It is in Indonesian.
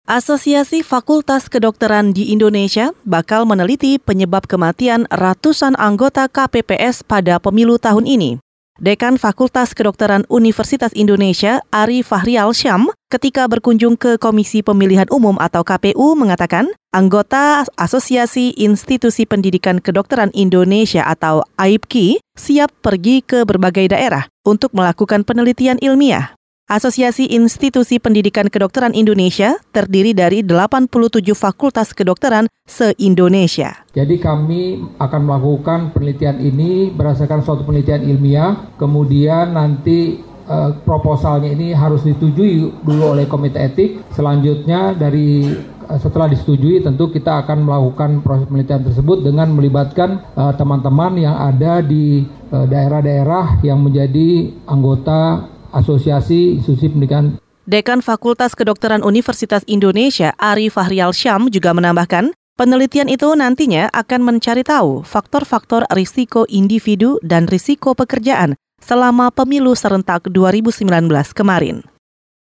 Asosiasi Fakultas Kedokteran di Indonesia bakal meneliti penyebab kematian ratusan anggota KPPS pada pemilu tahun ini. Dekan Fakultas Kedokteran Universitas Indonesia, Ari Fahrial Syam, ketika berkunjung ke Komisi Pemilihan Umum atau KPU mengatakan, anggota Asosiasi Institusi Pendidikan Kedokteran Indonesia atau AIPKI siap pergi ke berbagai daerah untuk melakukan penelitian ilmiah. Asosiasi Institusi Pendidikan Kedokteran Indonesia terdiri dari 87 fakultas kedokteran se-Indonesia. Jadi kami akan melakukan penelitian ini berdasarkan suatu penelitian ilmiah, kemudian nanti proposalnya ini harus disetujui dulu oleh komite etik. Selanjutnya setelah disetujui tentu kita akan melakukan proses penelitian tersebut dengan melibatkan teman-teman yang ada di daerah-daerah yang menjadi anggota Asosiasi Institusi Pendidikan. Dekan Fakultas Kedokteran Universitas Indonesia, Ari Fahrial Syam, juga menambahkan, penelitian itu nantinya akan mencari tahu faktor-faktor risiko individu dan risiko pekerjaan selama pemilu serentak 2019 kemarin.